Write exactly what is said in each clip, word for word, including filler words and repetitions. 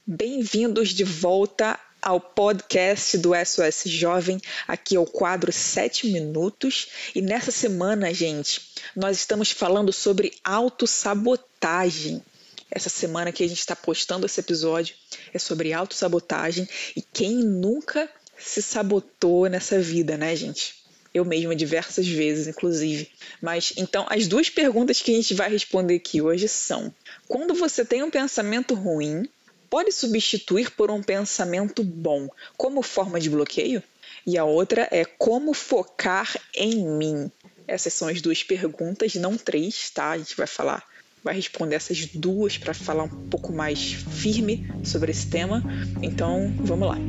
Bem-vindos de volta ao podcast do S O S Jovem. Aqui é o quadro sete minutos e nessa semana, gente, nós estamos falando sobre autossabotagem. Essa semana que a gente está postando esse episódio é sobre autossabotagem e quem nunca se sabotou nessa vida, né, gente? Eu mesma diversas vezes, inclusive. Mas, então, as duas perguntas que a gente vai responder aqui hoje são: quando você tem um pensamento ruim, pode substituir por um pensamento bom como forma de bloqueio? E a outra é: como focar em mim? Essas são as duas perguntas, não três, tá? A gente vai falar, vai responder essas duas para falar um pouco mais firme sobre esse tema. Então, vamos lá.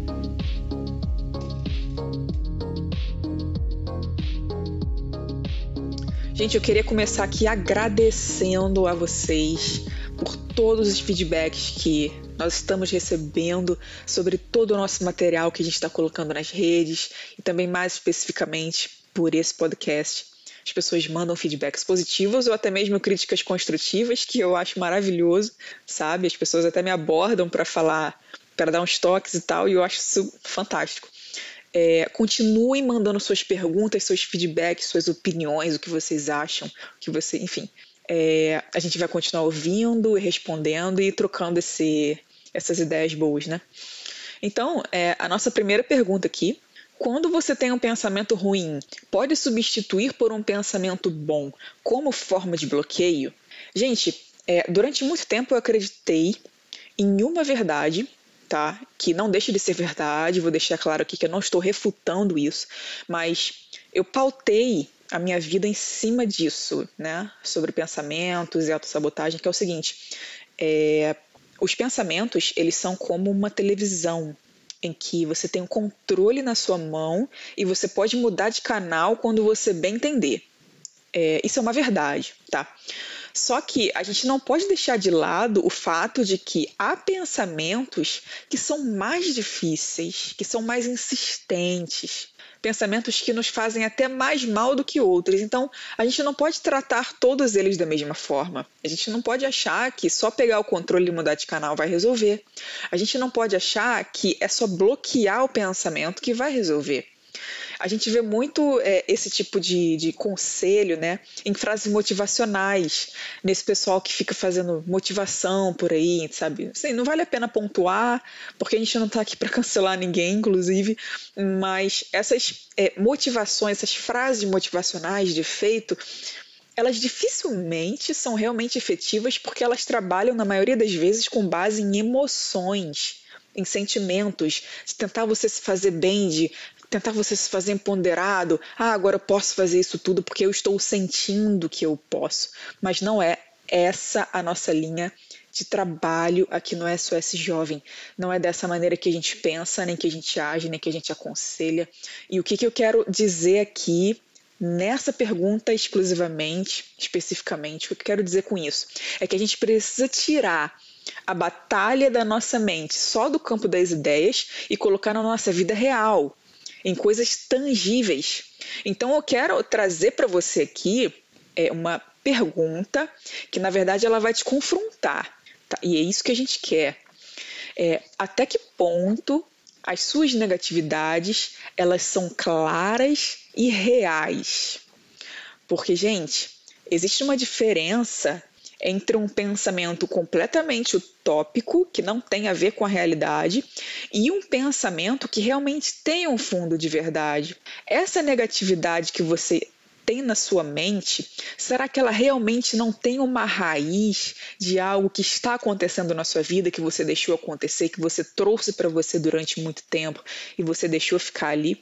Gente, eu queria começar aqui agradecendo a vocês por todos os feedbacks que nós estamos recebendo sobre todo o nosso material que a gente está colocando nas redes e também mais especificamente por esse podcast. As pessoas mandam feedbacks positivos ou até mesmo críticas construtivas, que eu acho maravilhoso, sabe? As pessoas até me abordam para falar, para dar uns toques e tal, e eu acho isso fantástico. É, continuem mandando suas perguntas, seus feedbacks, suas opiniões, o que vocês acham, o que você, enfim. É, a gente vai continuar ouvindo e respondendo e trocando esse, essas ideias boas, né? Então, é, a nossa primeira pergunta aqui: quando você tem um pensamento ruim, pode substituir por um pensamento bom como forma de bloqueio? Gente, é, durante muito tempo eu acreditei em uma verdade, tá? Que não deixa de ser verdade, vou deixar claro aqui que eu não estou refutando isso, mas eu pautei a minha vida em cima disso, né? Sobre pensamentos e autossabotagem, que é o seguinte: é, os pensamentos, eles são como uma televisão, em que você tem um controle na sua mão e você pode mudar de canal quando você bem entender. É, isso é uma verdade, tá? Só que a gente não pode deixar de lado o fato de que há pensamentos que são mais difíceis, que são mais insistentes, pensamentos que nos fazem até mais mal do que outros. Então, a gente não pode tratar todos eles da mesma forma. A gente não pode achar que só pegar o controle e mudar de canal vai resolver. A gente não pode achar que é só bloquear o pensamento que vai resolver. A gente vê muito é, esse tipo de, de conselho, né, em frases motivacionais, nesse pessoal que fica fazendo motivação por aí, sabe? Assim, não vale a pena pontuar, porque a gente não está aqui para cancelar ninguém, inclusive, mas essas é, motivações, essas frases motivacionais de efeito, elas dificilmente são realmente efetivas porque elas trabalham, na maioria das vezes, com base em emoções, em sentimentos, de tentar você se fazer bem, de tentar você se fazer empoderado. Ah, agora eu posso fazer isso tudo porque eu estou sentindo que eu posso. Mas não é essa a nossa linha de trabalho aqui no S O S Jovem. Não é dessa maneira que a gente pensa, nem que a gente age, nem que a gente aconselha. E o que, que eu quero dizer aqui nessa pergunta exclusivamente, especificamente, o que eu quero dizer com isso? É que a gente precisa tirar a batalha da nossa mente só do campo das ideias e colocar na nossa vida real, em coisas tangíveis. Então eu quero trazer para você aqui é, uma pergunta que, na verdade, ela vai te confrontar, tá? E é isso que a gente quer. É, até que ponto as suas negatividades, elas são claras e reais? Porque, gente, existe uma diferença entre um pensamento completamente utópico, que não tem a ver com a realidade, e um pensamento que realmente tem um fundo de verdade. Essa negatividade que você tem na sua mente, será que ela realmente não tem uma raiz de algo que está acontecendo na sua vida, que você deixou acontecer, que você trouxe para você durante muito tempo e você deixou ficar ali?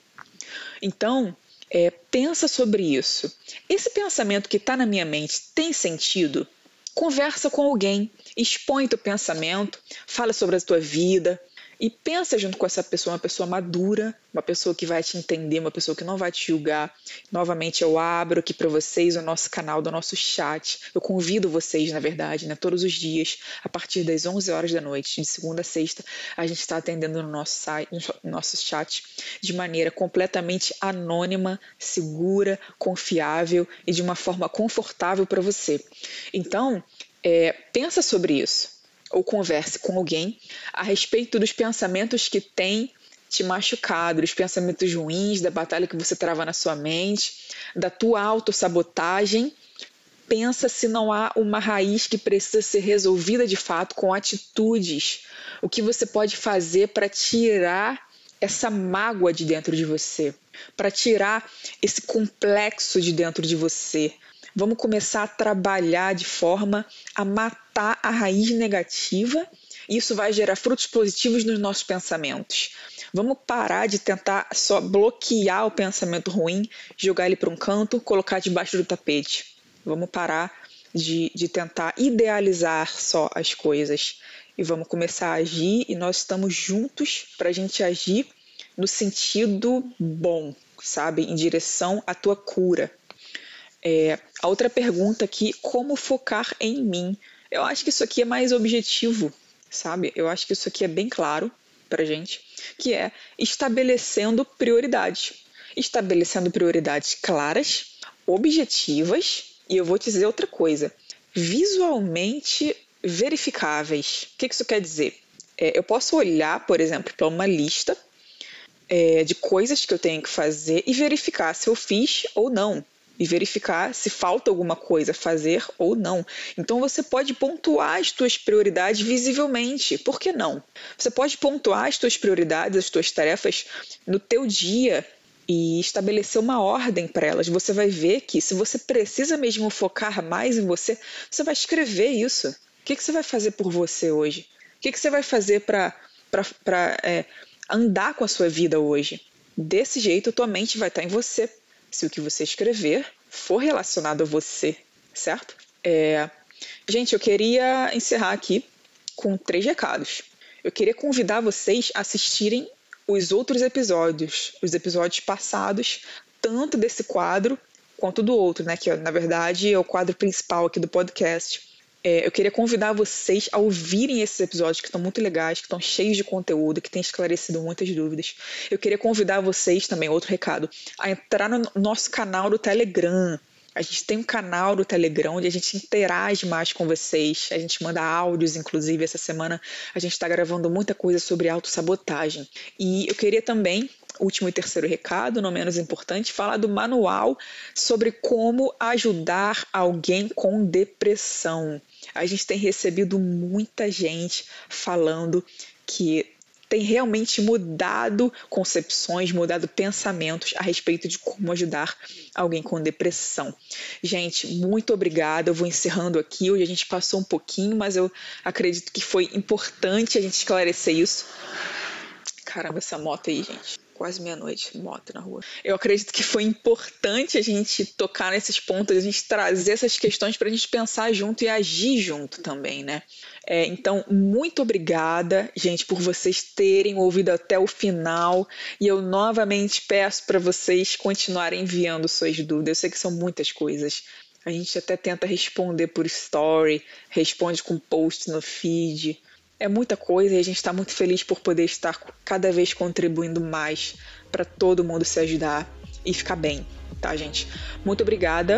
Então, é, pensa sobre isso. Esse pensamento que está na minha mente tem sentido? Conversa com alguém, expõe teu pensamento, fala sobre a tua vida e pensa junto com essa pessoa, uma pessoa madura, uma pessoa que vai te entender, uma pessoa que não vai te julgar. Novamente, eu abro aqui para vocês o nosso canal do nosso chat. Eu convido vocês, na verdade, né, todos os dias, a partir das onze horas da noite, de segunda a sexta, a gente está atendendo no nosso site, no nosso chat, de maneira completamente anônima, segura, confiável e de uma forma confortável para você. Então, é, pensa sobre isso. ou converse com alguém a respeito dos pensamentos que têm te machucado, dos pensamentos ruins, da batalha que você trava na sua mente, da tua autossabotagem. Pensa se não há uma raiz que precisa ser resolvida de fato com atitudes. O que você pode fazer para tirar essa mágoa de dentro de você, para tirar esse complexo de dentro de você. Vamos começar a trabalhar de forma a matar a raiz negativa e isso vai gerar frutos positivos nos nossos pensamentos. Vamos parar de tentar só bloquear o pensamento ruim, jogar ele para um canto, colocar debaixo do tapete. Vamos parar de, de tentar idealizar só as coisas e vamos começar a agir, e nós estamos juntos para a gente agir no sentido bom, sabe? Em direção à tua cura. É, a outra pergunta aqui, como focar em mim? Eu acho que isso aqui é mais objetivo, sabe? Eu acho que isso aqui é bem claro pra gente, que é estabelecendo prioridades. Estabelecendo prioridades claras, objetivas, e eu vou te dizer outra coisa, visualmente verificáveis. O que isso quer dizer? É, eu posso olhar, por exemplo, para uma lista é, de coisas que eu tenho que fazer e verificar se eu fiz ou não. E verificar se falta alguma coisa a fazer ou não. Então você pode pontuar as tuas prioridades visivelmente. Por que não? Você pode pontuar as tuas prioridades, as tuas tarefas no teu dia e estabelecer uma ordem para elas. Você vai ver que se você precisa mesmo focar mais em você, você vai escrever isso. O que, que você vai fazer por você hoje? O que, que você vai fazer para é, andar com a sua vida hoje? Desse jeito, a tua mente vai estar em você. Se o que você escrever for relacionado a você, certo? É... Gente, eu queria encerrar aqui com três recados. Eu queria convidar vocês a assistirem os outros episódios, os episódios passados, tanto desse quadro quanto do outro, né? Que na verdade é o quadro principal aqui do podcast. É, eu queria convidar vocês a ouvirem esses episódios que estão muito legais, que estão cheios de conteúdo, que têm esclarecido muitas dúvidas. Eu queria convidar vocês também, outro recado, a entrar no nosso canal do Telegram. A gente tem um canal do Telegram onde a gente interage mais com vocês. A gente manda áudios, inclusive. Essa semana a gente está gravando muita coisa sobre autossabotagem. E eu queria também, último e terceiro recado, não menos importante, falar do manual sobre como ajudar alguém com depressão. A gente tem recebido muita gente falando que tem realmente mudado concepções, mudado pensamentos a respeito de como ajudar alguém com depressão. Gente, muito obrigada. Eu vou encerrando aqui. Hoje a gente passou um pouquinho, mas eu acredito que foi importante a gente esclarecer isso. Caramba, essa moto aí, gente. Quase meia-noite, moto na rua. Eu acredito que foi importante a gente tocar nesses pontos, a gente trazer essas questões para a gente pensar junto e agir junto também, né? É, então, muito obrigada, gente, por vocês terem ouvido até o final. E eu novamente peço para vocês continuarem enviando suas dúvidas. Eu sei que são muitas coisas. A gente até tenta responder por story, responde com post no feed. É muita coisa e a gente está muito feliz por poder estar cada vez contribuindo mais para todo mundo se ajudar e ficar bem, tá, gente? Muito obrigada.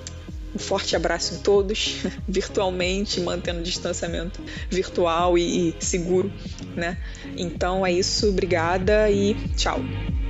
Um forte abraço em todos, virtualmente, mantendo o distanciamento virtual e, e seguro, né? Então é isso, obrigada e tchau.